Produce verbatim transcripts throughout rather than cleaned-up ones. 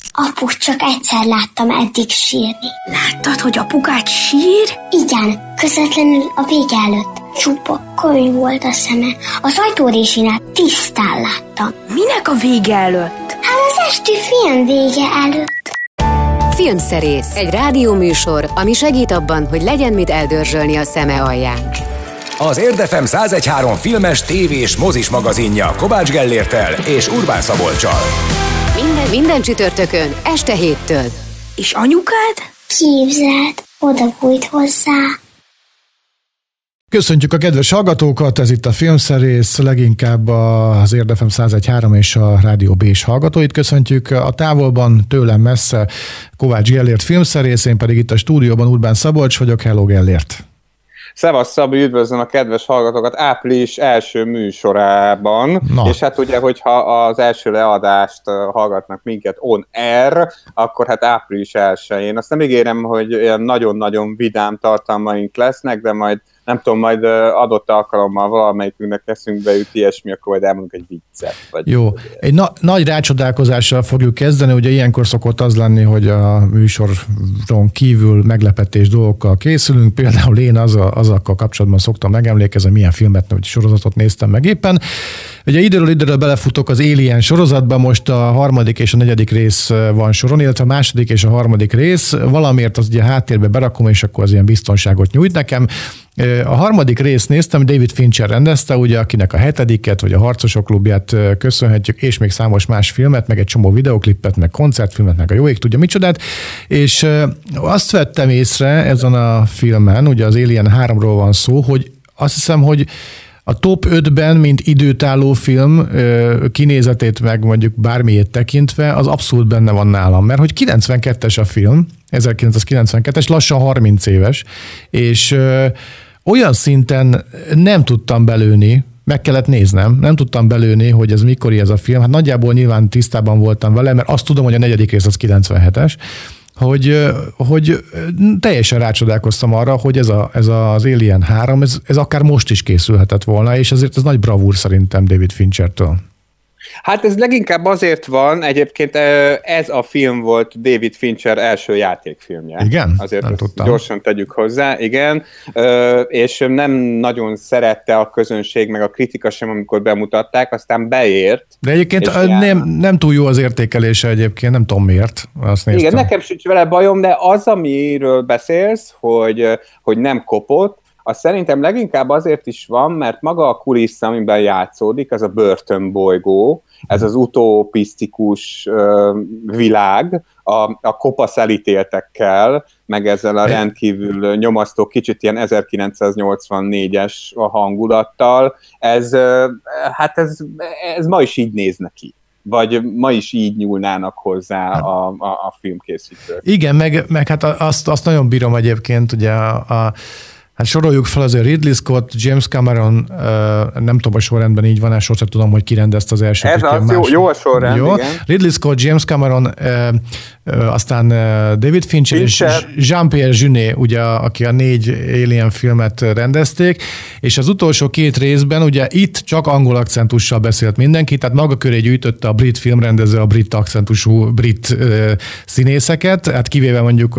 Apu, csak egyszer láttam eddig sírni. Láttad, hogy apukát sír? Igen, közvetlenül a vége előtt. Csupa könyv volt a szeme. Az ajtórésinál tisztán láttam. Minek a vége előtt? Hát az esti film vége előtt. Filmszerész, egy rádióműsor, ami segít abban, hogy legyen mit eldörzsölni a szeme alján. Az Érd ef em száz egy három filmes, tévés, mozis magazinja Kovács Gellérttel és Urbán Szabolccsal. Minden, minden csütörtökön, este héttől. És anyukád? Képzeld, oda bújt hozzá. Köszöntjük a kedves hallgatókat, ez itt a Filmszerész, leginkább az Érd ef em száz egy három és a Rádió B-s hallgatóit köszöntjük. A távolban, tőlem messze Kovács Gellért filmszerész, én pedig itt a stúdióban Urbán Szabolcs vagyok. Hello Gellért! Szevasz Szabi, üdvözlöm a kedves hallgatókat április első műsorában, Na. és hát ugye, hogyha az első leadást hallgatnak minket on air, akkor hát április elsején. Azt nem ígérem, hogy olyan nagyon-nagyon vidám tartalmaink lesznek, de majd nem tudom, majd adott alkalommal valamelyikünknek eszünkbe jut ilyesmi, akkor majd elmondunk egy viccet. Vagy Jó, egy na- nagy rácsodálkozással fogjuk kezdeni, ugye ilyenkor szokott az lenni, hogy a műsoron kívül meglepetés dolgokkal készülünk, például én az a, azokkal kapcsolatban szoktam megemlékezni, milyen filmet, vagy sorozatot néztem meg éppen. Ugye időről időről belefutok az Alien sorozatba, most a harmadik és a negyedik rész van soron, illetve a második és a harmadik rész, valamiért az ugye háttérbe berakom, és akkor az ilyen biztonságot nyújt nekem. A harmadik részt néztem, David Fincher rendezte, ugye, akinek a hetediket, vagy a Harcosok klubját köszönhetjük, és még számos más filmet, meg egy csomó videoklipet, meg koncertfilmet, meg a jó ég tudja micsodát, és azt vettem észre ezen a filmen, ugye az Alien háromról van szó, hogy azt hiszem, hogy a top ötben, mint időtálló film kinézetét meg mondjuk bármilyet tekintve, az abszolút benne van nálam, mert hogy kilencvenkettes a film, ezerkilencszázkilencvenkettes, lassan harminc éves, és ö, olyan szinten nem tudtam belőni, meg kellett néznem, nem tudtam belőni, hogy ez mikori ez a film. Hát nagyjából nyilván tisztában voltam vele, mert azt tudom, hogy a negyedik rész az kilencvenhetes, hogy, hogy teljesen rácsodálkoztam arra, hogy ez, a, ez az Alien három, ez, ez akár most is készülhetett volna, és ezért ez nagy bravúr szerintem David Finchertől. Hát ez leginkább azért van, egyébként ez a film volt David Fincher első játékfilmje. Igen? Azért ezt gyorsan tegyük hozzá, igen. És nem nagyon szerette a közönség, meg a kritika sem, amikor bemutatták, aztán beért. De egyébként nem, nem túl jó az értékelése egyébként, nem tudom miért. Azt néztem. Igen, nekem sincs vele bajom, de az, amiről beszélsz, hogy, hogy nem kopott, az szerintem leginkább azért is van, mert maga a kulissza, amiben játszódik, ez a börtönbolygó, ez az utopisztikus uh, világ, a, a kopasz elítéltekkel, meg ezzel a rendkívül nyomasztó, kicsit ilyen ezerkilencszáznyolcvannégyes hangulattal, ez, uh, hát ez, ez ma is így néz neki. Vagy ma is így nyúlnának hozzá a, a, a filmkészítők. Igen, meg, meg hát azt, azt nagyon bírom egyébként, ugye a, a hát soroljuk fel azért Ridley Scott, James Cameron, nem tudom, a sorrendben így van, sosem tudom, hogy ki rendezte az első. Ez az, jó, jó a sorrend, jó. Igen. Ridley Scott, James Cameron, aztán David Fincher, Fincher. és Jean-Pierre Jeunet, ugye, aki a négy Alien filmet rendezték, és az utolsó két részben ugye itt csak angol akcentussal beszélt mindenki, tehát maga köré gyűjtötte a brit filmrendező, a brit akcentusú brit színészeket, hát kivéve mondjuk,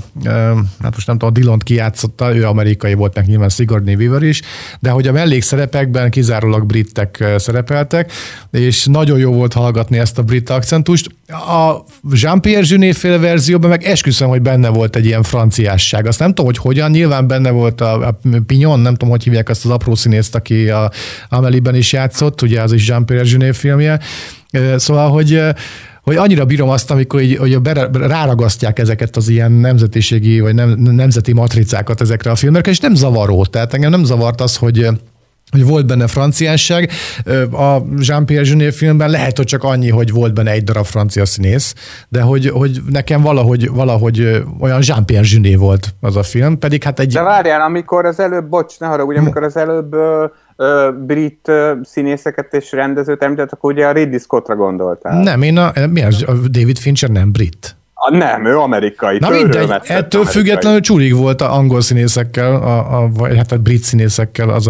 hát most nem tudom, a Dillont kijátszotta, ő amerikai volt, meg nyilván Sigourney Weaver is, de hogy a mellékszerepekben kizárólag britek szerepeltek, és nagyon jó volt hallgatni ezt a brit akcentust. A Jean-Pierre Jeunet féle verzióban meg esküszöm, hogy benne volt egy ilyen franciásság. Azt nem tudom, hogy hogyan, nyilván benne volt a, a Pignon, nem tudom, hogy hívják azt az apró színészt, aki a Amélie-ben is játszott, ugye az is Jean-Pierre Jeunet filmje. Szóval, hogy hogy annyira bírom azt, amikor így, hogy ráragasztják ezeket az ilyen nemzetiségi, vagy nem, nemzeti matricákat ezekre a filmekre, és nem zavaró. Tehát engem nem zavart az, hogy hogy volt benne franciásság. A Jean-Pierre Jeunet filmben lehet, hogy csak annyi, hogy volt benne egy darab francia színész, de hogy, hogy nekem valahogy, valahogy olyan Jean-Pierre Jeunet volt az a film, pedig hát egy... De várjál, amikor az előbb, bocs, ne haragudj, amikor az előbb ö, ö, brit ö, színészeket és rendezőt említett, akkor ugye a Ridley Scottra gondoltál. Nem, én a, mi az, a David Fincher nem brit. A, nem, ő amerikai. Na mindegy, ettől amerikai. Függetlenül csúrig volt a angol színészekkel, a, a, vagy hát a brit színészekkel az a,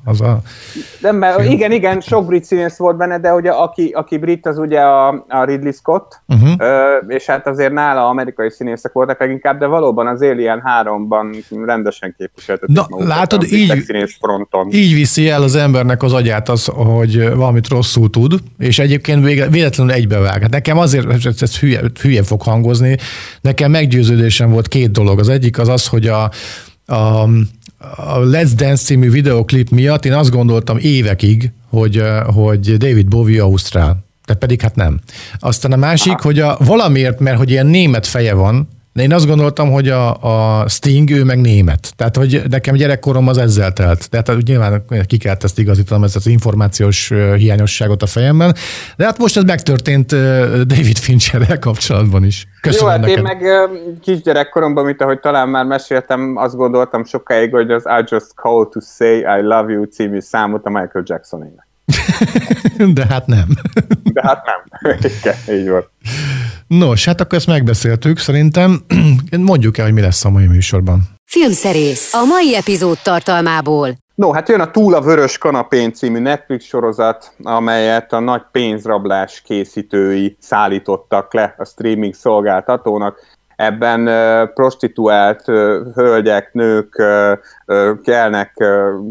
Az a... De, mert, igen, igen, sok brit színész volt benne, de ugye aki, aki brit, az ugye a, a Ridley Scott, uh-huh. ö, és hát azért nála amerikai színészek voltak leginkább, de valóban az Alien háromban rendesen képviseltetik Na, magukat látod, a így, színész fronton. Így viszi el az embernek az agyát az, hogy valamit rosszul tud, és egyébként véletlenül egybevág. Hát nekem azért, ez hülye, hülye fog hangozni, nekem meggyőződésem volt két dolog. Az egyik az az, hogy a, a a Let's Dance című videoklip miatt én azt gondoltam évekig, hogy, hogy David Bowie ausztrál, de pedig hát nem. Aztán a másik, Aha. hogy a, valamiért, mert hogy ilyen német feje van, de én azt gondoltam, hogy a, a Sting, ő meg német. Tehát, hogy nekem gyerekkorom az ezzel telt. Tehát nyilván ki kellett ezt igazítanom, ezt az információs hiányosságot a fejemben. De hát most ez megtörtént David Fincherrel kapcsolatban is. Köszönöm. Jó, hát neked. Én meg kisgyerekkoromban, mint ahogy talán már meséltem, azt gondoltam sokáig, hogy az I Just Call to Say I Love You című számot a Michael Jacksonének. De hát nem. De hát nem. Igen, így volt. Nos, hát akkor ezt megbeszéltük, szerintem. Mondjuk el, hogy mi lesz a mai műsorban. Filmszerész. A mai epizód tartalmából. No, hát jön a Túl a vörös kanapén című Netflix sorozat, amelyet a nagy pénzrablás készítői szállítottak le a streaming szolgáltatónak. Ebben uh, prostituált uh, hölgyek, nők uh, uh, kelnek uh,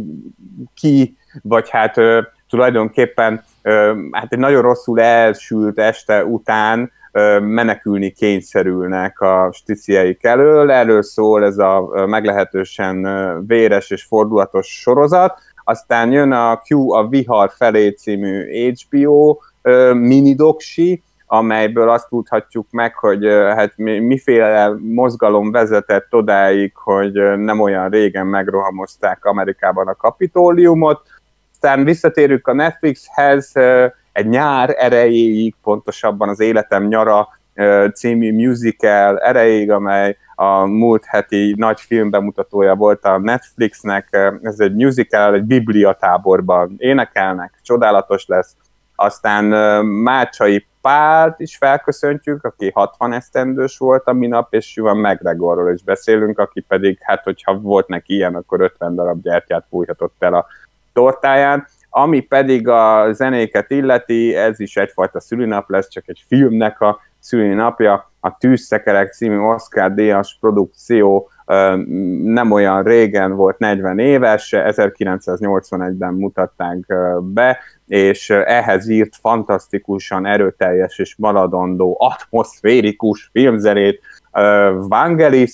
ki, vagy hát uh, tulajdonképpen uh, hát egy nagyon rosszul elsült este után menekülni kényszerülnek a sticieik elől. Erről szól ez a meglehetősen véres és fordulatos sorozat. Aztán jön a Q a Vihar felé című há bé o minidoksi, amelyből azt tudhatjuk meg, hogy hát miféle mozgalom vezetett odáig, hogy nem olyan régen megrohamozták Amerikában a Kapitóliumot. Aztán visszatérünk a Netflixhez, egy nyár erejéig, pontosabban az Életem nyara című musical erejéig, amely a múlt heti nagy filmbemutatója volt a Netflixnek. Ez egy musical, egy bibliatáborban énekelnek, csodálatos lesz. Aztán Mácsai Pált is felköszöntjük, aki hatvan esztendős volt a minap, és Ewan McGregorról is beszélünk, aki pedig, hát hogyha volt neki ilyen, akkor ötven darab gyertyát fújhatott el a tortáján. Ami pedig a zenéket illeti, ez is egyfajta szülinap lesz, csak egy filmnek a szülinapja. A Tűzszekerek című Oscar-díjas produkció nem olyan régen volt, negyven éves, ezerkilencszáznyolcvanegyben mutatták be, és ehhez írt fantasztikusan erőteljes és maradandó, atmoszférikus filmzenét Vangelis.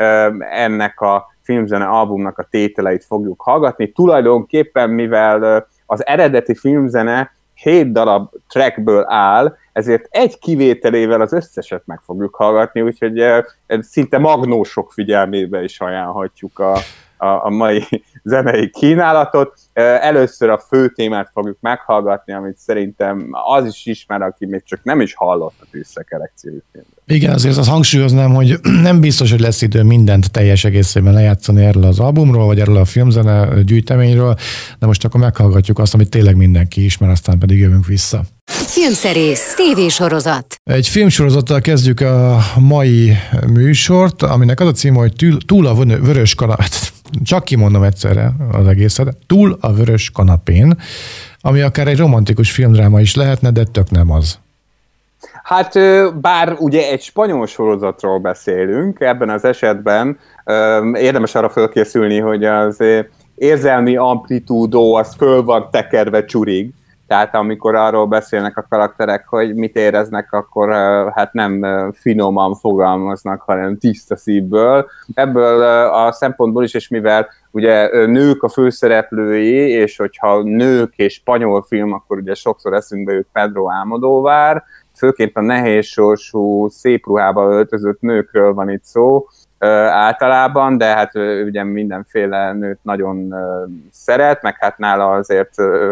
Ennek a filmzene albumnak a tételeit fogjuk hallgatni. Tulajdonképpen, mivel az eredeti filmzene hét darab trackből áll, ezért egy kivételével az összeset meg fogjuk hallgatni, úgyhogy szinte magnósok figyelmébe is ajánlhatjuk a, a, a mai zenei kínálatot. Először a fő témát fogjuk meghallgatni, amit szerintem az is ismer, aki még csak nem is hallott a Tűzszekerek című filmről. Igen, azért azt hangsúlyoznám, hogy nem biztos, hogy lesz idő mindent teljes egészében lejátszani erről az albumról, vagy erről a filmzene gyűjteményről, de most akkor meghallgatjuk azt, amit tényleg mindenki ismer, aztán pedig jövünk vissza. Filmszerész, tévésorozat. Egy filmsorozattal kezdjük a mai műsort, aminek az a címe, hogy Túl a vörös kanapén, csak kimondom egyszerre az egészet, Túl a vörös kanapén, ami akár egy romantikus filmdráma is lehetne, de tök nem az. Hát bár ugye egy spanyol sorozatról beszélünk, ebben az esetben érdemes arra fölkészülni, hogy az érzelmi amplitúdó az föl van tekerve csurig, tehát amikor arról beszélnek a karakterek, hogy mit éreznek, akkor hát nem finoman fogalmaznak, hanem tiszta szívből. Ebből a szempontból is, és mivel ugye nők a főszereplői, és hogyha nők és spanyol film, akkor ugye sokszor eszünkbe jut Pedro Almodóvar, főként a nehézsorsú, szép ruhába öltözött nőkről van itt szó általában, de hát ugye mindenféle nőt nagyon szeret, meg hát nála azért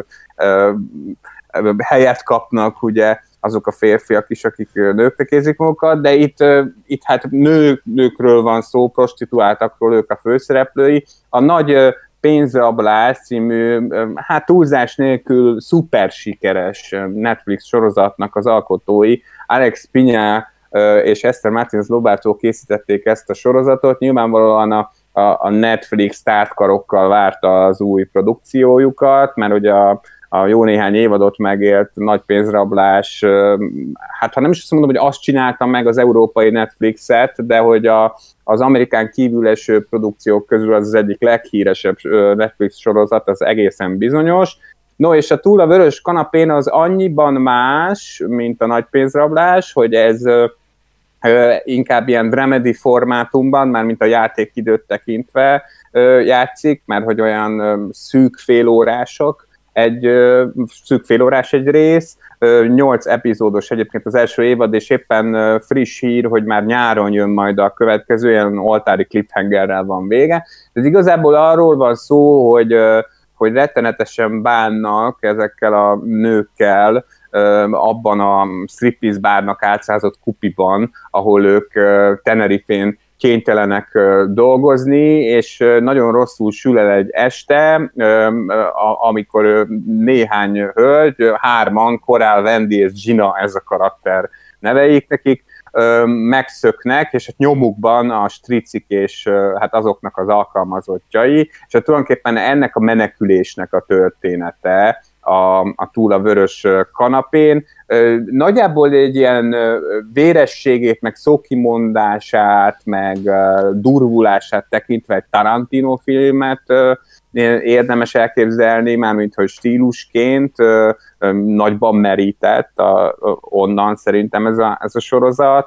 helyet kapnak ugye azok a férfiak is, akik nőknek érzik magukat, de itt, itt hát nők, nőkről van szó, prostituáltakról, ők a főszereplői. A Nagy pénzrablás című, hát túlzás nélkül szuper sikeres Netflix sorozatnak az alkotói, Alex Piña és Esther Martínez Lobato készítették ezt a sorozatot. Nyilvánvalóan a a Netflix tártkarokkal várta az új produkciójukat, mert ugye a, a jó néhány évadot megélt nagy pénzrablás, hát ha nem is azt mondom, hogy azt csinálta meg az európai Netflixet, de hogy a, az Amerikán kívül eső produkciók közül az az egyik leghíresebb Netflix sorozat, az egészen bizonyos. No, és a Túl a vörös kanapén az annyiban más, mint a nagy pénzrablás, hogy ez inkább ilyen dramedy formátumban, már mint a játékidőt tekintve játszik, mert hogy olyan szűk félórások, egy szűk félórás egy rész, nyolc epizódos egyébként az első évad, és éppen friss hír, hogy már nyáron jön majd a következő, ilyen oltári cliffhangerrel van vége. Ez igazából arról van szó, hogy, hogy rettenetesen bánnak ezekkel a nőkkel, abban a striptease bárnak átszázott kupiban, ahol ők Tenerifén kénytelenek dolgozni, és nagyon rosszul sül el egy este, amikor néhány hölgy, hárman, Coral, Wendy és Gina, ez a karakter neveik nekik, megszöknek, és a nyomukban a stricik és hát azoknak az alkalmazottjai, és hát tulajdonképpen ennek a menekülésnek a története, A, a Túl a vörös kanapén. Nagyjából egy ilyen vérességét, meg szókimondását, meg durvulását tekintve egy Tarantino filmet érdemes elképzelni, mármint hogy stílusként nagyban merített a, onnan szerintem ez a, ez a sorozat,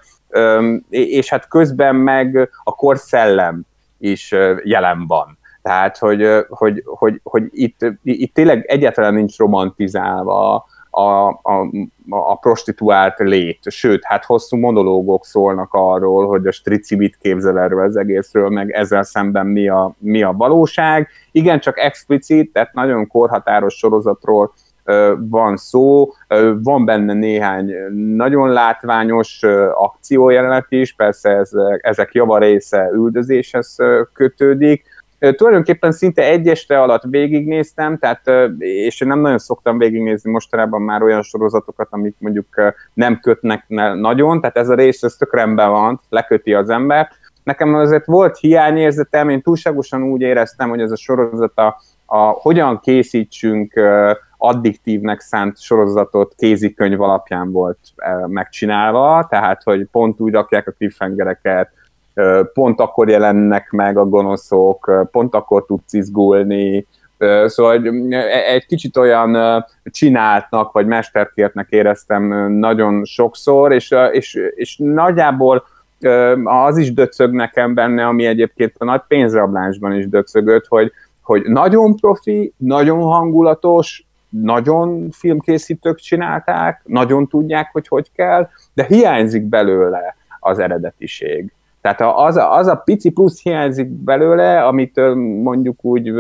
és hát közben meg a korszellem is jelen van. Tehát, hogy, hogy, hogy, hogy itt, itt tényleg egyáltalán nincs romantizálva a, a, a prostituált lét. Sőt, hát hosszú monológok szólnak arról, hogy a strici mit képzel erről az egészről, meg ezzel szemben mi a, mi a valóság. Igen, csak explicit, tehát nagyon korhatáros sorozatról van szó, van benne néhány nagyon látványos akciójelenet is, persze ezek, ezek javarésze üldözéshez kötődik. Tulajdonképpen szinte egy este alatt végignéztem, tehát, és én nem nagyon szoktam végignézni mostanában már olyan sorozatokat, amik mondjuk nem kötnek nagyon, tehát ez a rész ez tök rendben van, leköti az ember. Nekem azért volt hiányérzetem, én túlságosan úgy éreztem, hogy ez a sorozat a, a hogyan készítsünk addiktívnek szánt sorozatot kézikönyv alapján volt megcsinálva, tehát hogy pont úgy rakják a cliffhangereket, pont akkor jelennek meg a gonoszok, pont akkor tudsz izgulni, szóval egy kicsit olyan csináltnak, vagy mesterkértnek éreztem nagyon sokszor, és, és, és nagyjából az is döcög nekem benne, ami egyébként a nagy pénzrablásban is döcögött, hogy, hogy nagyon profi, nagyon hangulatos, nagyon filmkészítők csinálták, nagyon tudják, hogy hogy kell, de hiányzik belőle az eredetiség. Tehát az a, az a pici plusz hiányzik belőle, amit mondjuk úgy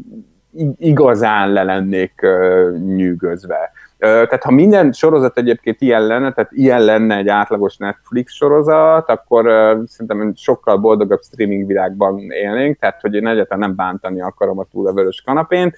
igazán le lennék nyűgözve. Tehát ha minden sorozat egyébként ilyen lenne, tehát ilyen lenne egy átlagos Netflix sorozat, akkor szerintem sokkal boldogabb streaming világban élnénk, tehát hogy én egyáltalán nem bántani akarom a Túl a vörös kanapént,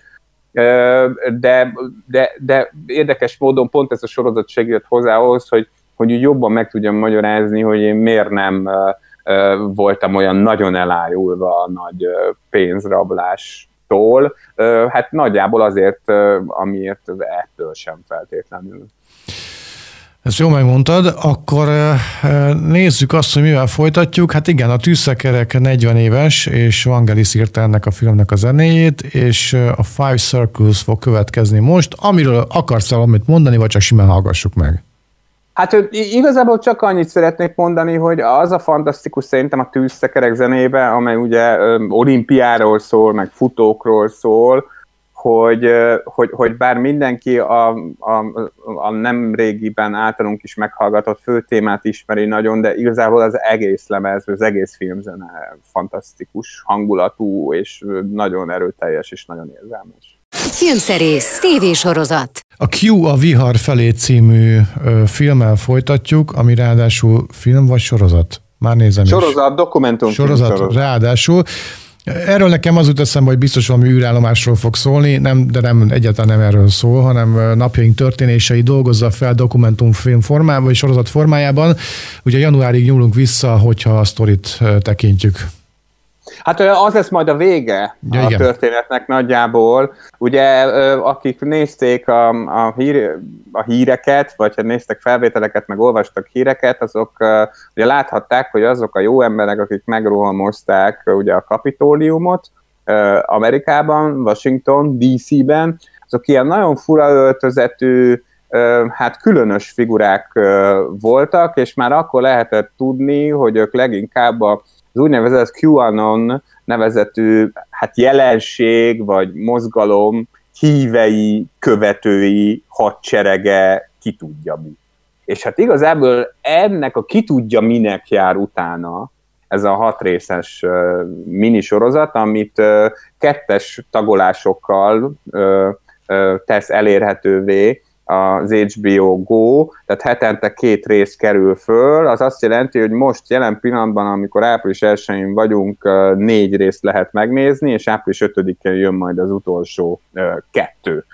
de, de, de érdekes módon pont ez a sorozat segített hozzá ahhoz, hogy, hogy jobban meg tudjam magyarázni, hogy én miért nem voltam olyan nagyon elájulva a nagy pénzrablástól. Hát nagyjából azért, amiért ettől sem feltétlenül. Ezt jól megmondtad, akkor nézzük azt, hogy mivel folytatjuk. Hát igen, a Tűzszekerek negyven éves, és Vangelis írta ennek a filmnek a zenéjét, és a Five Circles fog következni most. Amiről akarsz valamit mondani, vagy csak simán hallgassuk meg? Hát igazából csak annyit szeretnék mondani, hogy az a fantasztikus szerintem a Tűzszekerek zenébe, amely ugye olimpiáról szól, meg futókról szól, hogy, hogy, hogy bár mindenki a, a, a nem régiben általunk is meghallgatott főtémát ismeri nagyon, de igazából az egész lemez, az egész filmzene fantasztikus, hangulatú, és nagyon erőteljes, és nagyon érzelmes. Filmszerész, tévésorozat. A Q a Vihar felé című filmmel folytatjuk, ami ráadásul film vagy sorozat? Már nézem Sorozat, is. dokumentum. Sorozat, sorozat, ráadásul. Erről nekem az jut eszembe, hogy biztos valami űrállomásról fog szólni, nem, de nem, egyáltalán nem erről szól, hanem napjaink történései dolgozza fel dokumentumfilm formában, vagy sorozat formájában. Ugye januárig nyúlunk vissza, hogyha a sztorit tekintjük. Hát az lesz majd a vége ja, a igen. történetnek nagyjából. Ugye, akik nézték a, a, hír, a híreket, vagy ha néztek felvételeket, meg olvastak híreket, azok ugye láthatták, hogy azok a jó emberek, akik megrohamozták ugye a Kapitóliumot Amerikában, Washington, dé cé-ben, azok ilyen nagyon fura öltözetű, hát különös figurák voltak, és már akkor lehetett tudni, hogy ők leginkább az úgynevezett QAnon nevezetű hát jelenség, vagy mozgalom hívei, követői, hadserege, ki tudja mi. És hát igazából ennek a ki tudja minek jár utána ez a hatrészes minisorozat, amit kettes tagolásokkal tesz elérhetővé az há bé o Go, tehát hetente két rész kerül föl, az azt jelenti, hogy most jelen pillanatban, amikor április elsején vagyunk, négy részt lehet megnézni, és április ötödikén jön majd az utolsó kettő.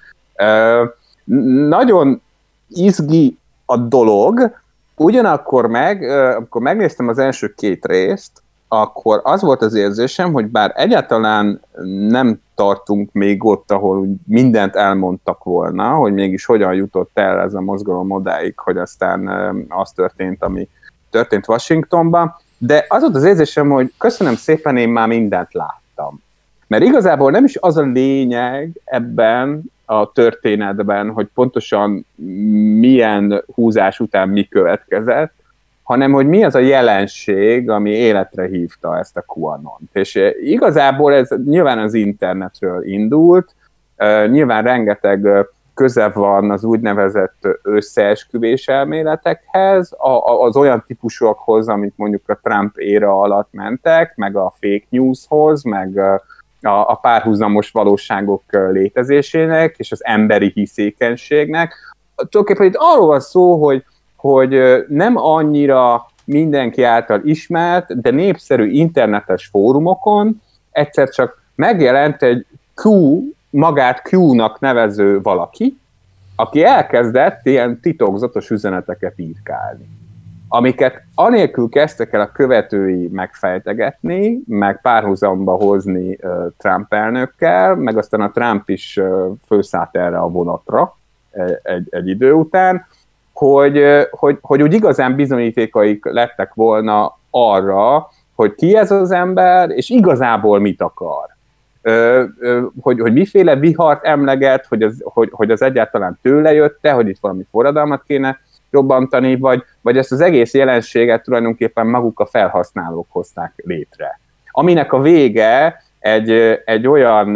Nagyon izgi a dolog, ugyanakkor meg, amikor megnéztem az első két részt, akkor az volt az érzésem, hogy bár egyáltalán nem tartunk még ott, ahol mindent elmondtak volna, hogy mégis hogyan jutott el ez a mozgalom odáig, hogy aztán az történt, ami történt Washingtonban, de az volt az érzésem, hogy köszönöm szépen, én már mindent láttam. Mert igazából nem is az a lényeg ebben a történetben, hogy pontosan milyen húzás után mi következett, hanem hogy mi az a jelenség, ami életre hívta ezt a QAnon-t. És igazából ez nyilván az internetről indult, nyilván rengeteg köze van az úgynevezett összeesküvés elméletekhez, az olyan típusokhoz, amik mondjuk a Trump éra alatt mentek, meg a fake newshoz, meg a párhuzamos valóságok létezésének, és az emberi hiszékenységnek. Tulajdonképpen itt arról van szó, hogy hogy nem annyira mindenki által ismert, de népszerű internetes fórumokon egyszer csak megjelent egy Q, magát Q-nak nevező valaki, aki elkezdett ilyen titokzatos üzeneteket írkálni, amiket anélkül kezdtek el a követői megfejtegetni, meg párhuzamba hozni Trump elnökkel, meg aztán a Trump is fölszállt erre a vonatra egy, egy idő után, Hogy, hogy, hogy úgy igazán bizonyítékaik lettek volna arra, hogy ki ez az ember, és igazából mit akar. Ö, ö, hogy, hogy miféle vihart emleget, hogy az, hogy, hogy az egyáltalán tőle jötte, hogy itt valami forradalmat kéne robbantani, vagy, vagy ezt az egész jelenséget tulajdonképpen maguk a felhasználók hozták létre. Aminek a vége egy, egy olyan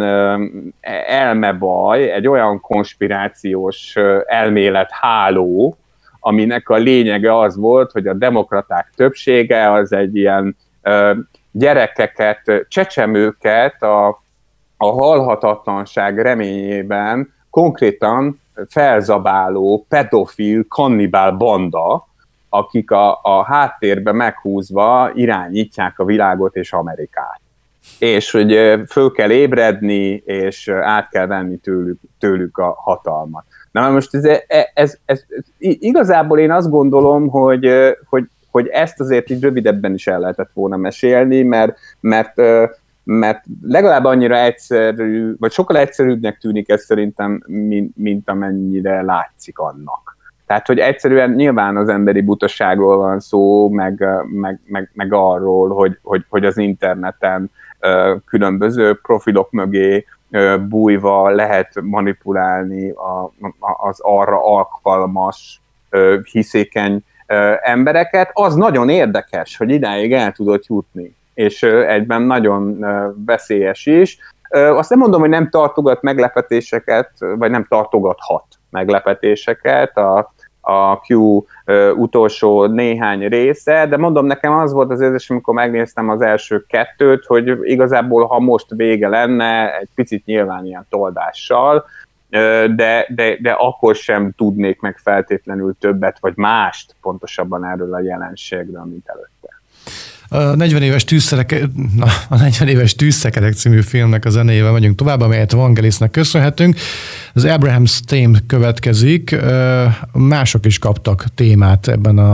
elmebaj, egy olyan konspirációs elméletháló, aminek a lényege az volt, hogy a demokraták többsége az egy ilyen ö, gyerekeket, csecsemőket a, a halhatatlanság reményében konkrétan felzabáló, pedofil, kannibál banda, akik a, a háttérbe meghúzva irányítják a világot és Amerikát. És hogy föl kell ébredni, és át kell venni tőlük, tőlük a hatalmat. Na most ez, ez, ez, ez, igazából én azt gondolom, hogy, hogy, hogy ezt azért így rövidebben is el lehetett volna mesélni, mert, mert, mert legalább annyira egyszerű, vagy sokkal egyszerűbbnek tűnik ez szerintem, mint, mint amennyire látszik annak. Tehát, hogy egyszerűen nyilván az emberi butaságról van szó, meg, meg, meg, meg arról, hogy, hogy, hogy az interneten különböző profilok mögé bújva lehet manipulálni a, az arra alkalmas, hiszékeny embereket. Az nagyon érdekes, hogy idáig el tudott jutni, és egyben nagyon veszélyes is. Azt nem mondom, hogy nem tartogat meglepetéseket, vagy nem tartogathat meglepetéseket a, a Q utolsó néhány része, de mondom, nekem az volt az érzés, amikor megnéztem az első kettőt, hogy igazából, ha most vége lenne, egy picit nyilván ilyen toldással, de, de, de akkor sem tudnék meg feltétlenül többet, vagy mást pontosabban erről a jelenségről, mint előtte. A negyven éves tűzszerek, na, a negyven éves Tűzszekerek című filmnek a zenéjével megyünk tovább, amelyet Vangelisnek köszönhetünk. Az Abraham's Theme következik, mások is kaptak témát ebben a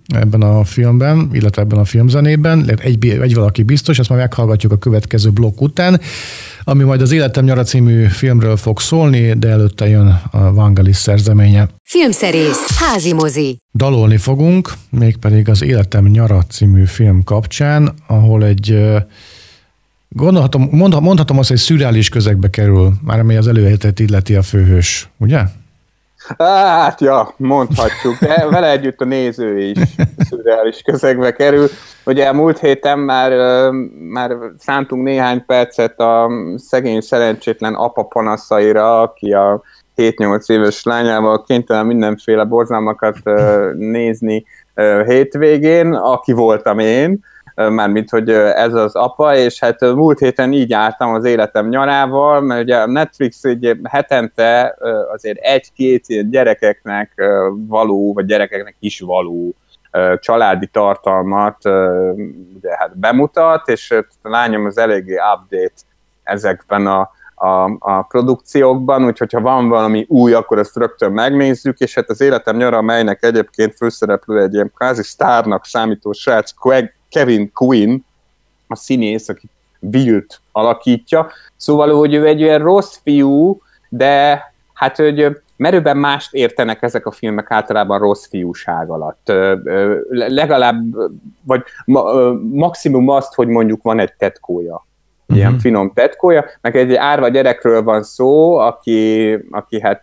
ebben a filmben, illetve ebben a filmzenében, egy, egy valaki biztos, ezt majd meghallgatjuk a következő blokk után, ami majd az Életem nyara című filmről fog szólni, de előtte jön a Vangelis szerzeménye. Filmszerész, házi mozi. Dalolni fogunk, mégpedig az Életem nyara című film kapcsán, ahol egy, gondolhatom, mondhatom azt, hogy szürreális közegbe kerül, már amely az előéletet illeti a főhős, ugye? Hát, ja, mondhatjuk, de vele együtt a néző is szürreális közegbe kerül. Ugye a múlt héten már, már szántunk néhány percet a szegény szerencsétlen apa panaszaira, aki a hét-nyolc éves lányával kénytelen mindenféle borzalmakat nézni hétvégén, aki voltam én, mármint, hogy ez az apa, és hát múlt héten így álltam az életem nyarával, mert ugye a Netflix egy hetente azért egy-két ilyen gyerekeknek való, vagy gyerekeknek is való családi tartalmat ugye, hát bemutat, és a lányom az eléggé update ezekben a, a, a produkciókban, úgyhogy ha van valami új, akkor ezt rögtön megnézzük, és hát az életem nyara, melynek egyébként főszereplő egy ilyen kvázi sztárnak számító srác, Kevin Quinn, a színész, aki Willt alakítja. Szóval, hogy ő egy olyan rossz fiú, de hát, hogy merőben mást értenek ezek a filmek általában rossz fiúság alatt. Legalább, vagy maximum azt, hogy mondjuk van egy tetkója. Ilyen uh-huh. finom tetkója, meg egy árva gyerekről van szó, aki, aki hát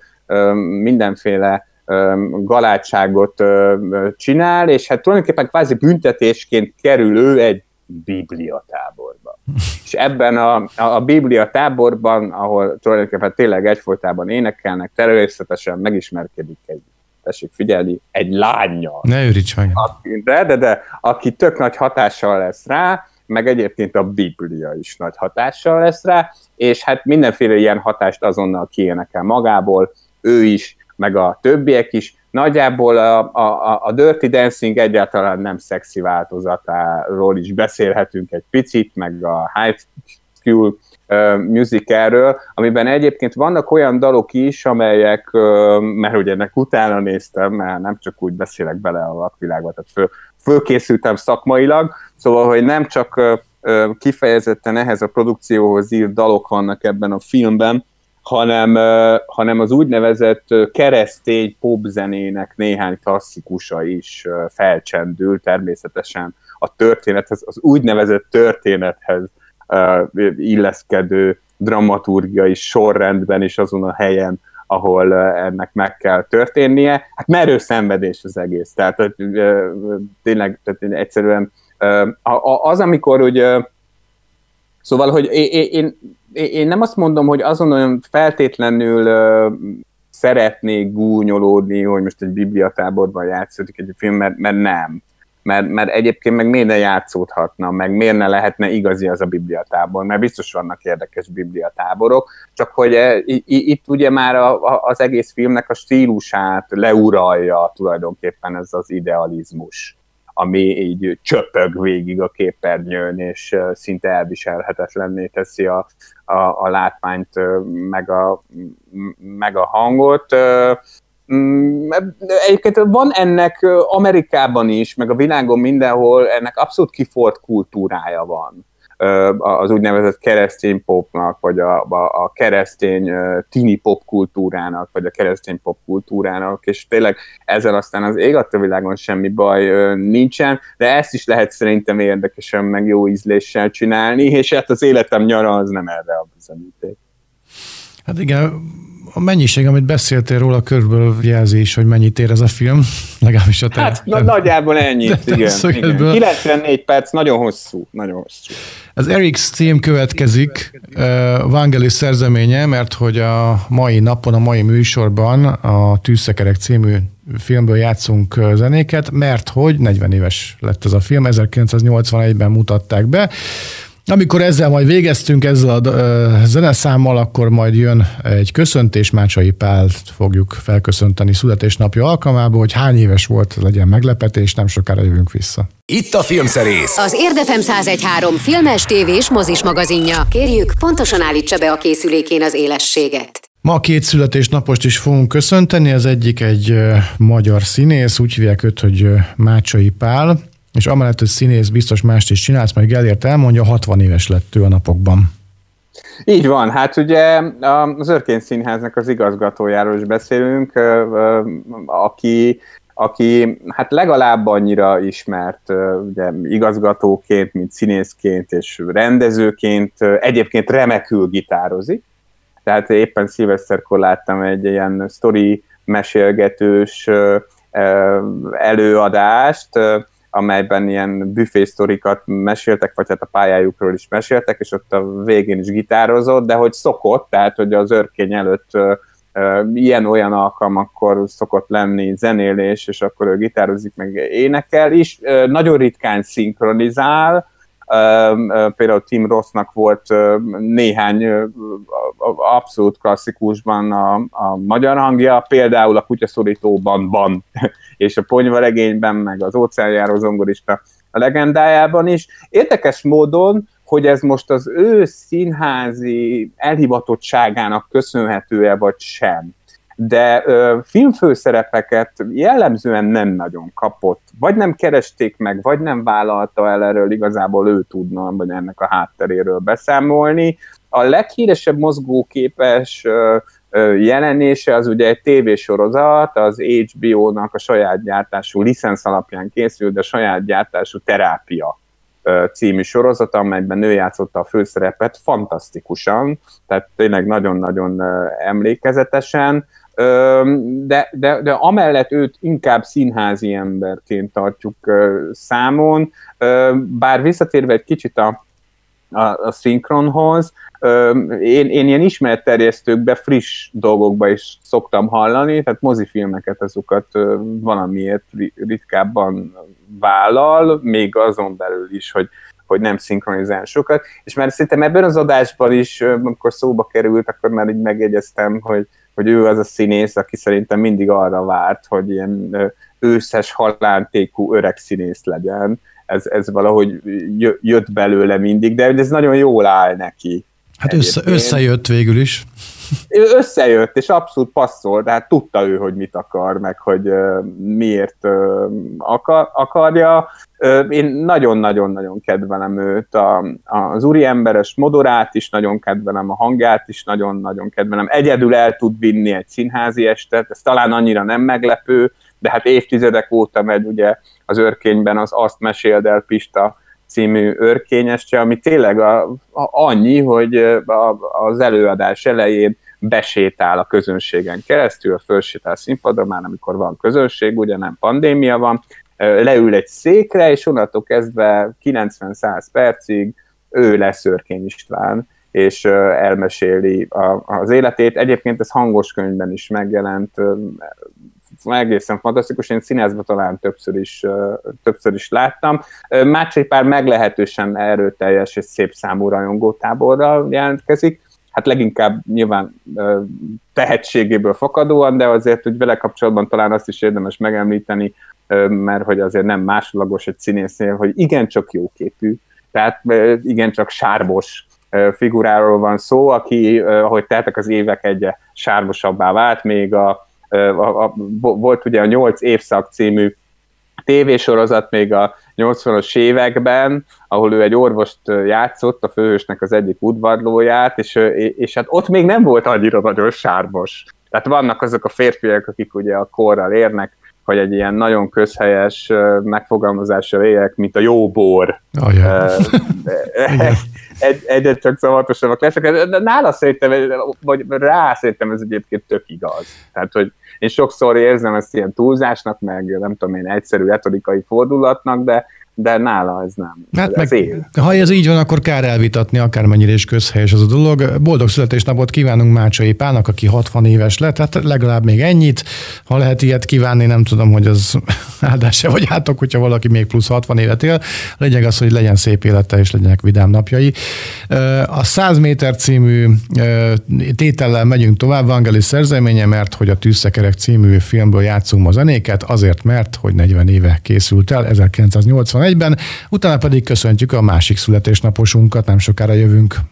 mindenféle galátságot csinál, és hát tulajdonképpen kvázi büntetésként kerül ő egy bibliatáborba. És ebben a, a, a bibliatáborban, ahol tulajdonképpen tényleg egyfolytában énekelnek, természetesen megismerkedik egy, tessék figyelni, egy lánnyal. Ne őríts meg! Aki, de, de, de, aki tök nagy hatással lesz rá, meg egyébként a Biblia is nagy hatással lesz rá, és hát mindenféle ilyen hatást azonnal kiénekel magából, ő is, meg a többiek is. Nagyjából a, a, a Dirty Dancing egyáltalán nem szexi változatáról is beszélhetünk egy picit, meg a High School uh, musicalről, amiben egyébként vannak olyan dalok is, amelyek, uh, mert ugye ennek utána néztem, mert nem csak úgy beszélek bele a vakvilágba, tehát föl, fölkészültem szakmailag, szóval, hogy nem csak uh, kifejezetten ehhez a produkcióhoz írt dalok vannak ebben a filmben, hanem, hanem az úgynevezett keresztény popzenének néhány klasszikusa is felcsendül, természetesen a történethez, az úgynevezett történethez illeszkedő dramaturgiai sorrendben is azon a helyen, ahol ennek meg kell történnie. Hát merő szenvedés az egész. Tehát tényleg tehát egyszerűen az, amikor ugye, szóval, hogy én, én Én nem azt mondom, hogy azon olyan feltétlenül uh, szeretnék gúnyolódni, hogy most egy bibliatáborban játszódik egy film, mert, mert nem. Mert, mert egyébként meg miért ne játszódhatna, meg miért ne lehetne igazi az a bibliatábor, mert biztos vannak érdekes bibliatáborok, csak hogy uh, itt ugye már a, a, az egész filmnek a stílusát leuralja tulajdonképpen ez az idealizmus, ami így csöpög végig a képernyőn, és szinte elviselhetetlenné teszi a, a, a látványt, meg a, meg a hangot. Egyébként van ennek Amerikában is, meg a világon mindenhol, ennek abszolút kifolt kultúrája van. Az úgynevezett keresztény popnak, vagy a, a, a keresztény tini pop kultúrának, vagy a keresztény pop kultúrának, és tényleg ezzel aztán az ég adta világon semmi baj nincsen, de ezt is lehet szerintem érdekesen, meg jó ízléssel csinálni, és hát az életem nyara az nem erre a bizonyíték. Hát igen, a mennyiség, amit beszéltél róla, körülbelül jelzi is, hogy mennyit ér ez a film, legalábbis a te... Hát na, nagyjából ennyit, igen, igen. kilencvennégy perc, nagyon hosszú, nagyon hosszú. Az Eric's Theme következik, uh, Vangelis szerzeménye, mert hogy a mai napon, a mai műsorban a Tűzszekerek című filmből játszunk zenéket, mert hogy negyven éves lett ez a film, ezerkilencszáznyolcvanegyben mutatták be. Amikor ezzel majd végeztünk, ezzel a zeneszámmal, akkor majd jön egy köszöntés, Mácsai Pált fogjuk felköszönteni születésnapja alkalmából, hogy hány éves volt, legyen meglepetés, nem sokára jövünk vissza. Itt a Filmszerész. Az Érdef em száz egy pont három filmes, tévés, mozis magazinja. Kérjük, pontosan állítsa be a készülékén az élességet. Ma két születésnapost is fogunk köszönteni, az egyik egy magyar színész, úgy hívják őt, hogy Mácsai Pál, és amellett, hogy színész, biztos mást is csinálsz, majd Gellért elmondja, hatvan éves lett ő a napokban. Így van, hát ugye az Örkény Színháznak az igazgatójáról is beszélünk, aki, aki hát legalább annyira ismert ugye, igazgatóként, mint színészként és rendezőként, egyébként remekül gitározik. Tehát éppen szilveszterkor láttam egy ilyen sztori mesélgetős előadást, amelyben ilyen büfésztorikat meséltek, vagy hát a pályájukról is meséltek, és ott a végén is gitározott, de hogy szokott, tehát hogy az Örkény előtt ilyen-olyan alkalmakkor szokott lenni zenélés, és akkor ő gitározik, meg énekel is. Nagyon ritkán szinkronizál, például Tim Rossnak volt néhány abszolút klasszikusban a, a magyar hangja, például a Kutyaszorítóban van, és a Ponyvaregényben, meg az Óceánjáró zongorista a legendájában is. Érdekes módon, hogy ez most az ő színházi elhivatottságának köszönhető-e vagy sem, de ö, filmfőszerepeket jellemzően nem nagyon kapott, vagy nem keresték meg, vagy nem vállalta el, erről igazából ő tudna, vagy ennek a hátteréről beszámolni. A leghíresebb mozgóképes ö, ö, jelenése az ugye egy tévésorozat, az há bé ó-nak a saját gyártású, licensz alapján készült, de saját gyártású Terápia című sorozat, amelyben ő játszotta a főszerepet fantasztikusan, tehát tényleg nagyon-nagyon emlékezetesen, de, de, de amellett őt inkább színházi emberként tartjuk számon, bár visszatérve egy kicsit a, a, a szinkronhoz, én, én ilyen ismeretterjesztőkbe, friss dolgokba is szoktam hallani, tehát mozifilmeket azokat valamiért ritkábban vállal, még azon belül is, hogy, hogy nem szinkronizál sokat, és már szerintem ebben az adásban is, amikor szóba került, akkor már így megjegyeztem, hogy, hogy ő az a színész, aki szerintem mindig arra várt, hogy ilyen őszes, halántékú öreg színész legyen. Ez, ez valahogy jött belőle mindig, de ez nagyon jól áll neki. Hát össze, összejött végül is. Ő összejött, és abszolút passzol, tehát tudta ő, hogy mit akar, meg hogy uh, miért uh, akar, akarja. Uh, én nagyon-nagyon-nagyon kedvelem őt, a, az úriemberes modorát is nagyon kedvelem, a hangját is nagyon-nagyon kedvelem. Egyedül el tud vinni egy színházi estet, ez talán annyira nem meglepő, de hát évtizedek óta megy ugye az Örkényben az Azt meséld el Pista című örkényestje, ami tényleg a, a, annyi, hogy a, az előadás elején besétál a közönségen keresztül, fölsétál színpadra, már amikor van közönség, ugye nem pandémia van, leül egy székre, és onnantól kezdve kilencven-száz percig ő lesz Örkény István, és elmeséli a, az életét. Egyébként ez hangos könyvben is megjelent, egészen fantasztikus, én színházban talán többször is, többször is láttam. Mácsai Pál meglehetősen erőteljes és szép számú rajongótáborral jelentkezik, hát leginkább nyilván tehetségéből fakadóan, de azért, hogy vele kapcsolatban talán azt is érdemes megemlíteni, mert hogy azért nem másodlagos egy színésznél, hogy igencsak jóképű, tehát igencsak sárbos figuráról van szó, aki, ahogy teltek az évek, egyre sárbosabbá vált, még a A, a, volt ugye a nyolc évszak című tévésorozat még a nyolcvanas években, ahol ő egy orvost játszott, a főhősnek az egyik udvarlóját, és, és hát ott még nem volt annyira nagyon sárbos. Tehát vannak azok a férfiak, akik ugye a korral érnek, hogy egy ilyen nagyon közhelyes megfogalmazással éljek, mint a jó bor. Oh, yeah. egy, egyre csak szavatosabbak leszek. De nála szerintem, vagy rá szerintem ez egyébként tök igaz. Tehát, hogy én sokszor érzem ezt ilyen túlzásnak, meg nem tudom én, egyszerű retorikai fordulatnak, de de nála ez nem. Hát ez meg, ha ez így van, akkor kár elvitatni, akármennyire is közhelyes az a dolog. Boldog születésnapot kívánunk Mácsai Pálnak, aki hatvan éves lett, hát legalább még ennyit. Ha lehet ilyet kívánni, nem tudom, hogy az áldás-e vagy átok, hogyha valaki még plusz hatvan évet él. Legyek az, hogy legyen szép élete és legyenek vidám napjai. A száz méter című tétellel megyünk tovább, Vangelis szerzeménye, mert hogy a Tűzszekerek című filmből játszunk ma zenéket, azért, mert hogy negyven éve készült el, ezerkilencszáznyolcvanegyben, utána pedig köszöntjük a másik születésnaposunkat, nem sokára jövünk.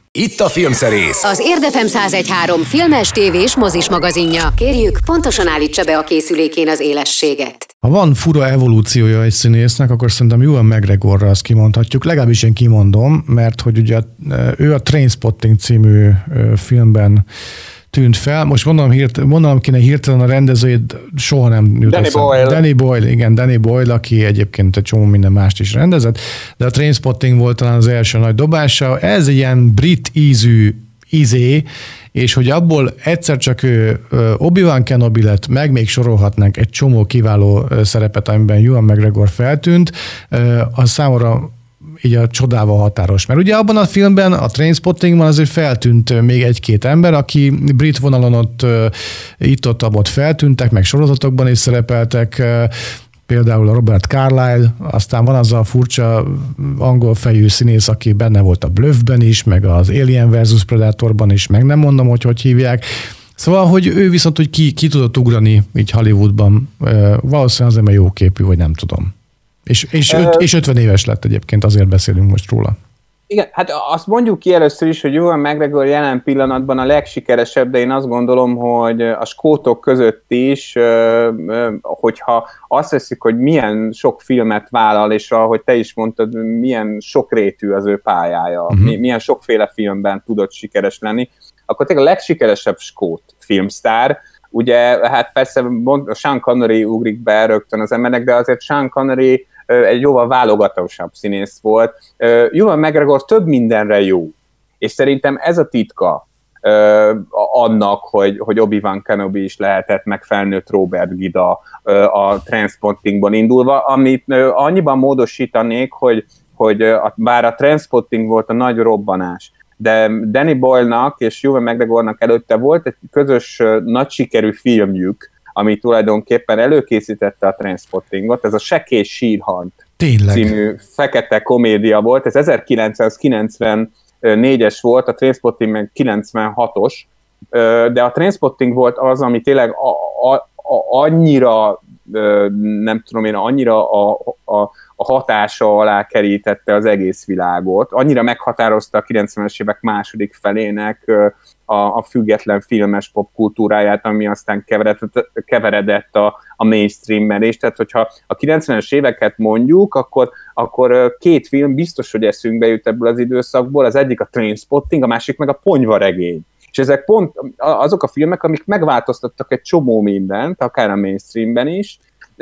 Itt a Filmszerész. Az Érdef ef em száz egy pont három filmes, tévés, mozis magazinja. Kérjük, pontosan állítsa be a készülékén az élességet. Ha van fura evolúciója egy színésznek, akkor szerintem Ewan McGregorra azt kimondhatjuk. Legalábbis én kimondom, mert hogy ugye ő a Trainspotting című filmben tűnt fel. Most mondanom, hirt, mondanom kéne hirtelen a rendezőjét, soha nem jut Danny eszem. Boyle. Danny Boyle, igen, Danny Boyle, aki egyébként egy csomó minden mást is rendezett, de a Trainspotting volt talán az első nagy dobása. Ez egy ilyen brit ízű izé, és hogy abból egyszer csak ő Obi-Wan Kenobi lett, meg még sorolhatnánk egy csomó kiváló szerepet, amiben Ewan McGregor feltűnt, az számomra így a csodával határos. Mert ugye abban a filmben, a Trainspottingban azért feltűnt még egy-két ember, aki brit vonalon ott itt-ott abban feltűntek, meg sorozatokban is szerepeltek, például a Robert Carlyle, aztán van az a furcsa angol fejű színész, aki benne volt a Bluffben is, meg az Alien versus Predatorban is, meg nem mondom, hogy hogy hívják. Szóval, hogy ő viszont, hogy ki, ki tudott ugrani így Hollywoodban, valószínűleg azért, mert jó képű, vagy nem tudom. És, és, öt, és ötven éves lett egyébként, azért beszélünk most róla. Igen, hát azt mondjuk ki először is, hogy Ewan McGregor jelen pillanatban a legsikeresebb, de én azt gondolom, hogy a skótok között is, hogyha azt veszik, hogy milyen sok filmet vállal, és ahogy te is mondtad, milyen sokrétű az ő pályája, uh-huh. milyen sokféle filmben tudott sikeres lenni, akkor tényleg a legsikeresebb skót filmsztár. Ugye, hát persze Sean Connery ugrik be rögtön az embernek, de azért Sean Connery egy jóval válogatósabb színész volt. Ewan McGregor több mindenre jó, és szerintem ez a titka annak, hogy, hogy Obi-Wan Kenobi is lehetett, meg felnőtt Robert Gida a Trainspottingban indulva, amit annyiban módosítanék, hogy, hogy bár a Trainspotting volt a nagy robbanás, de Danny Boyle-nak és Ewan McGregornak előtte volt egy közös nagy sikerű filmjük, ami tulajdonképpen előkészítette a Trainspottingot, ez a Sekély Sírhant című fekete komédia volt, ez ezerkilencszázkilencvennégyes volt, a Trainspotting meg kilencvenhatos, de a Trainspotting volt az, ami tényleg a, a, a, annyira, nem tudom én, annyira a, a, a hatása alá kerítette az egész világot, annyira meghatározta a kilencvenes évek második felének a, a független filmes popkultúráját, ami aztán keveredett, keveredett a, a mainstream-mel is. Tehát, hogyha a kilencvenes éveket mondjuk, akkor, akkor két film biztos, hogy eszünkbe jut ebből az időszakból. Az egyik a Trainspotting, a másik meg a Ponyvaregény. És ezek pont azok a filmek, amik megváltoztattak egy csomó mindent, akár a mainstreamben is,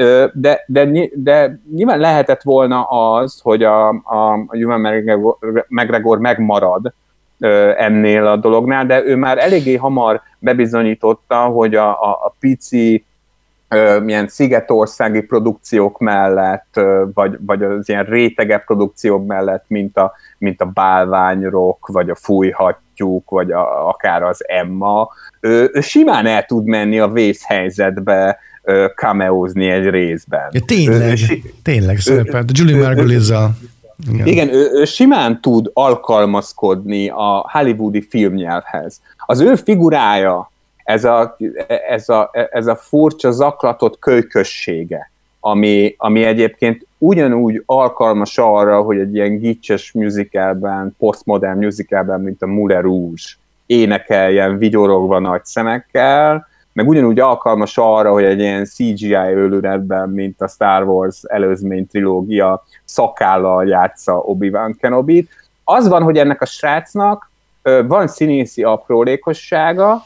de, de, de nyilván lehetett volna az, hogy a, a Ewan McGregor, McGregor megmarad ennél a dolognál, de ő már eléggé hamar bebizonyította, hogy a, a, a pici milyen szigetországi produkciók mellett, vagy, vagy az ilyen rétegebb produkciók mellett, mint a, mint a Bálványrok, vagy a Fújhattyúk, vagy a, akár az Emma, ő, ő simán el tud menni a vészhelyzetbe, cameózni egy részben. Ja, tényleg, ő, tényleg szerepelt. Julie Margulies-zal. Igen, Igen ő, ő simán tud alkalmazkodni a hollywoodi filmnyelvhez. Az ő figurája, ez a, ez a, ez a furcsa, zaklatott kölykössége, ami, ami egyébként ugyanúgy alkalmas arra, hogy egy ilyen gicses musicalben, postmodern musicalben, mint a Moulin Rouge énekeljen vigyorogva nagy szemekkel, meg ugyanúgy alkalmas arra, hogy egy ilyen cé gé í ölületben, mint a Star Wars előzmény trilógia szakállal játsza Obi-Wan Kenobit. Az van, hogy ennek a srácnak van színészi aprólékossága,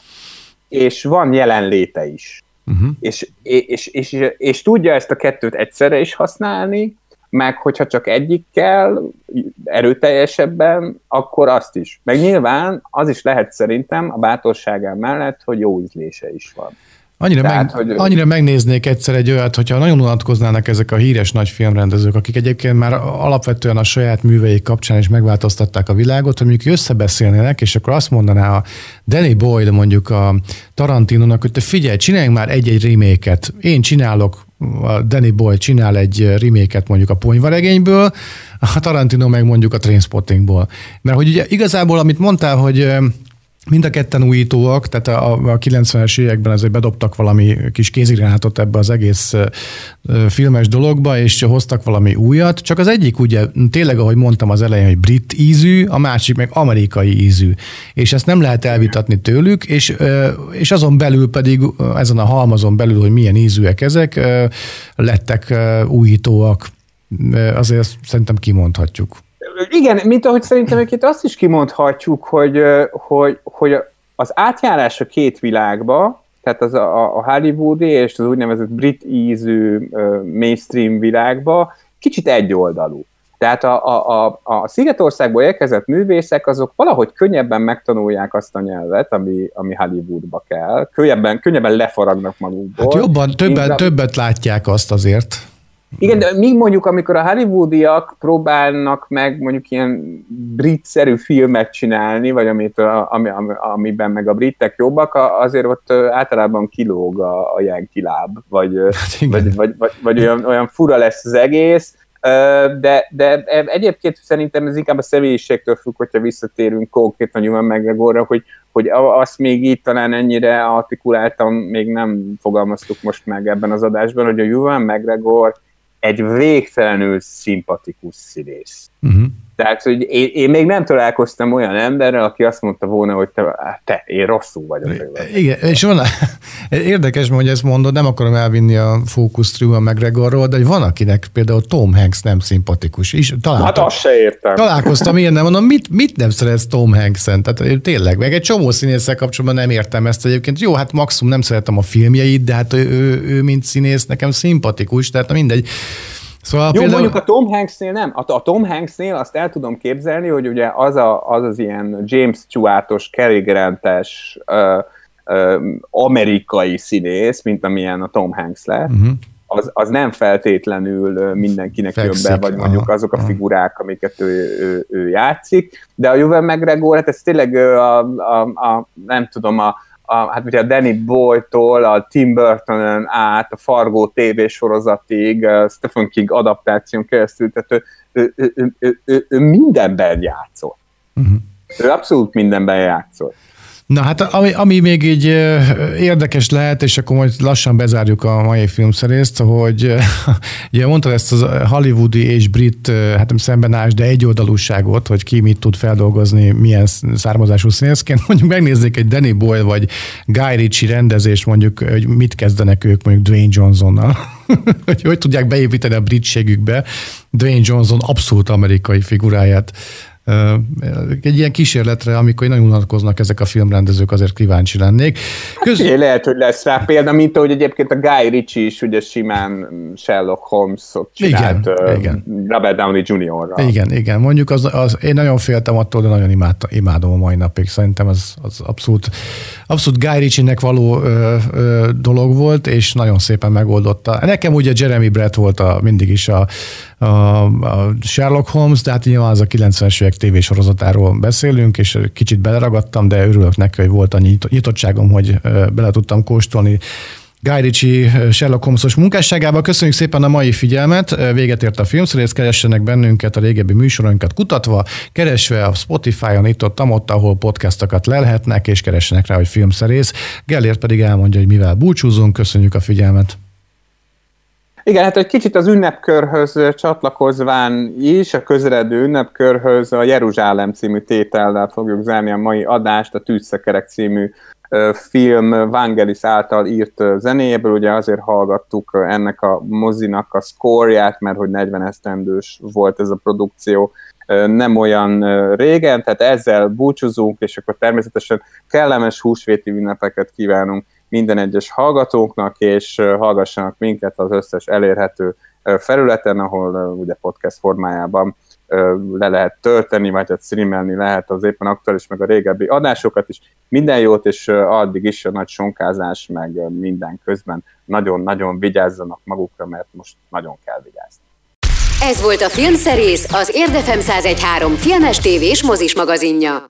és van jelenléte is. Uh-huh. És, és, és, és, és tudja ezt a kettőt egyszerre is használni, meg hogyha csak egyik kell, erőteljesebben, akkor azt is. Meg nyilván az is lehet szerintem a bátorságán mellett, hogy jó ízlése is van. Annyira, Tehát, meg, hogy... annyira megnéznék egyszer egy olyat, hogyha nagyon unatkoznának ezek a híres nagy filmrendezők, akik egyébként már alapvetően a saját műveik kapcsán is megváltoztatták a világot, hogy mondjuk összebeszélnének, és akkor azt mondaná a Danny Boyle mondjuk a Tarantinónak, hogy te figyelj, csináljunk már egy-egy remake-et. Én csinálok, a Danny Boyle csinál egy remake-et mondjuk a Ponyvaregényből, a Tarantino meg mondjuk a Trainspottingból. Mert hogy ugye igazából, amit mondtál, hogy Mind a ketten újítóak, tehát a, a kilencvenes években azért bedobtak valami kis kézigránátot ebbe az egész filmes dologba, és hoztak valami újat, csak az egyik ugye tényleg, ahogy mondtam az elején, hogy brit ízű, a másik meg amerikai ízű. És ezt nem lehet elvitatni tőlük, és, és azon belül pedig, ezen a halmazon belül, hogy milyen ízűek ezek, lettek újítóak. Azért szerintem kimondhatjuk. Igen, mint ahogy szerintem itt azt is kimondhatjuk, hogy, hogy, hogy az átjárás a két világba, tehát az a, a hollywoodi és az úgynevezett brit ízű mainstream világba kicsit egyoldalú. Tehát a, a, a, a Szigetországból érkezett művészek, azok valahogy könnyebben megtanulják azt a nyelvet, ami, ami Hollywoodba kell. Könnyebben, könnyebben lefaragnak magukból. Hát jobban, többet, a... többet látják azt azért. Igen, de míg mondjuk, amikor a hollywoodiak próbálnak meg mondjuk ilyen brit-szerű filmet csinálni, vagy amit, ami, amiben meg a britek jobbak, azért ott általában kilóg a, a yankee láb, vagy, hát vagy, vagy, vagy, vagy olyan, olyan fura lesz az egész, de, de egyébként szerintem ez inkább a személyiségtől függ, hogyha visszatérünk konkrétan Ewan McGregorra, hogy, hogy azt még így talán ennyire artikuláltan még nem fogalmaztuk most meg ebben az adásban, hogy a Ewan McGregor egy végtelenül szimpatikus színész. Uh-huh. Tehát, hogy én, én még nem találkoztam olyan emberrel, aki azt mondta volna, hogy te, te én rosszul vagyok. Igen, és van, érdekes, hogy ezt mondod, nem akarom elvinni a fókuszt Ewan McGregorról, de van, akinek például Tom Hanks nem szimpatikus. És hát azt se értem. Találkoztam ilyen, nem mondom, mit, mit nem szeretsz Tom Hanks-en? Tehát tényleg, meg egy csomó színésszel kapcsolatban nem értem ezt egyébként. Jó, hát maximum nem szeretem a filmjeit, de hát ő, ő, ő mint színész nekem szimpatikus, tehát mindegy. Szóval Jó, például... mondjuk a Tom Hanksnél nem. A, a Tom Hanksnél azt el tudom képzelni, hogy ugye az a, az, az ilyen James Stewart-os, Cary Grant-es ö, ö, amerikai színész, mint amilyen a Tom Hanks lett, uh-huh. az, az nem feltétlenül mindenkinek Fekszik. jön be, vagy mondjuk aha, azok a figurák, amiket ő, ő, ő játszik. De a Ewan McGregor, hát ez tényleg a, a, a nem tudom, a A, hát ugye a Danny Boyle-tól a Tim Burtonen át, a Fargo tévésorozatig, a Stephen King adaptáción keresztül, tehát ő, ő, ő, ő, ő, ő mindenben játszott. Uh-huh. Ő abszolút mindenben játszott. Na hát ami, ami még így érdekes lehet, és akkor majd lassan bezárjuk a mai filmszerészt, hogy ugye mondtad ezt az hollywoodi és brit, hát nem szembenállás, de egyoldalúságot, hogy ki mit tud feldolgozni, milyen származású színészként. Mondjuk megnézzék egy Danny Boyle vagy Guy Ritchie rendezést, mondjuk, hogy mit kezdenek ők mondjuk Dwayne Johnsonnal. hogy hogy tudják beépíteni a britségükbe Dwayne Johnson abszolút amerikai figuráját. Egy ilyen kísérletre, amikor nagyon unatkoznak ezek a filmrendezők, azért kíváncsi lennék. Köz... Hát, lehet, hogy lesz rá példa, mint ahogy egyébként a Guy Ritchie is ugye simán Sherlock Holmes-ot csinált igen, uh, igen. Robert Downey juniorral. Igen, igen. Mondjuk az, az, én nagyon féltem attól, de nagyon imádta, imádom a mai napig. Szerintem az, az abszolút, abszolút Guy Ritchie-nek való ö, ö, dolog volt, és nagyon szépen megoldotta. Nekem ugye Jeremy Brett volt a, mindig is a, a, a Sherlock Holmes, de hát nyilván az a kilencvenes évek tévésorozatáról beszélünk, és kicsit beleragadtam, de örülök neki, hogy volt annyi nyitottságom, hogy bele tudtam kóstolni Guy Ritchie Sherlock Holmes-os munkásságába. Köszönjük szépen a mai figyelmet, véget ért a filmszerész, keressenek bennünket a régebbi műsorainkat kutatva, keresve a Spotify-on itt-ott, ott, ahol podcastokat lelhetnek, és keressenek rá, hogy filmszerész. Gellért pedig elmondja, hogy mivel búcsúzunk. Köszönjük a figyelmet. Igen, hát egy kicsit az ünnepkörhöz csatlakozván is, a közeledő ünnepkörhöz a Jeruzsálem című tétellel fogjuk zárni a mai adást, a Tűzszekerek című film Vangelis által írt zenéjéből, ugye azért hallgattuk ennek a mozinak a szkórját, mert hogy negyven esztendős volt ez a produkció nem olyan régen, tehát ezzel búcsúzunk, és akkor természetesen kellemes húsvéti ünnepeket kívánunk minden egyes hallgatóknak, és hallgassanak minket az összes elérhető felületen, ahol ugye podcast formájában le lehet tölteni, vagy hát streamelni lehet az éppen aktuális, meg a régebbi adásokat is. Minden jót, és addig is a nagy sonkázás, meg minden közben nagyon-nagyon vigyázzanak magukra, mert most nagyon kell vigyázni. Ez volt a Filmszerész, az Érdefem száz egy pont három filmes tévés mozis magazinja.